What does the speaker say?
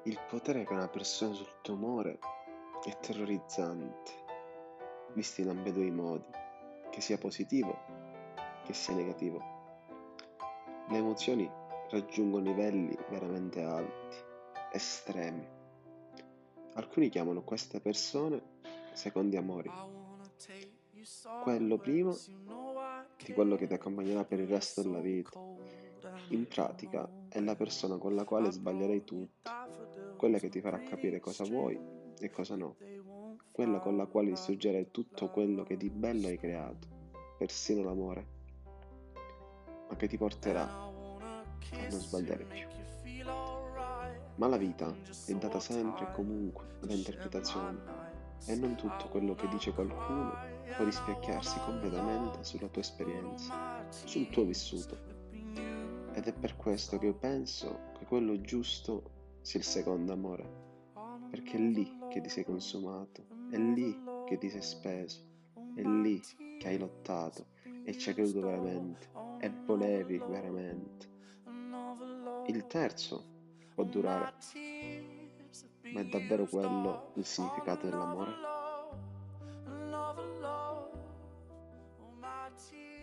Il potere che una persona sul tuo amore è terrorizzante, visto in ambedue i modi, che sia positivo, che sia negativo. Le emozioni raggiungono livelli veramente alti, estremi. Alcuni chiamano queste persone secondi amori. Quello prima di quello che ti accompagnerà per il resto della vita. In pratica è la persona con la quale sbaglierai tutto, quella che ti farà capire cosa vuoi e cosa no, quella con la quale distruggerai tutto quello che di bello hai creato, persino l'amore, ma che ti porterà a non sbagliare più. Ma la vita è data sempre e comunque da interpretazioni e non tutto quello che dice qualcuno può rispecchiarsi completamente sulla tua esperienza, sul tuo vissuto. Ed è per questo che io penso che quello giusto sia il secondo amore, perché è lì che ti sei consumato, è lì che ti sei speso, è lì che hai lottato e ci hai creduto veramente e volevi veramente. Il terzo può durare, ma è davvero quello il significato dell'amore?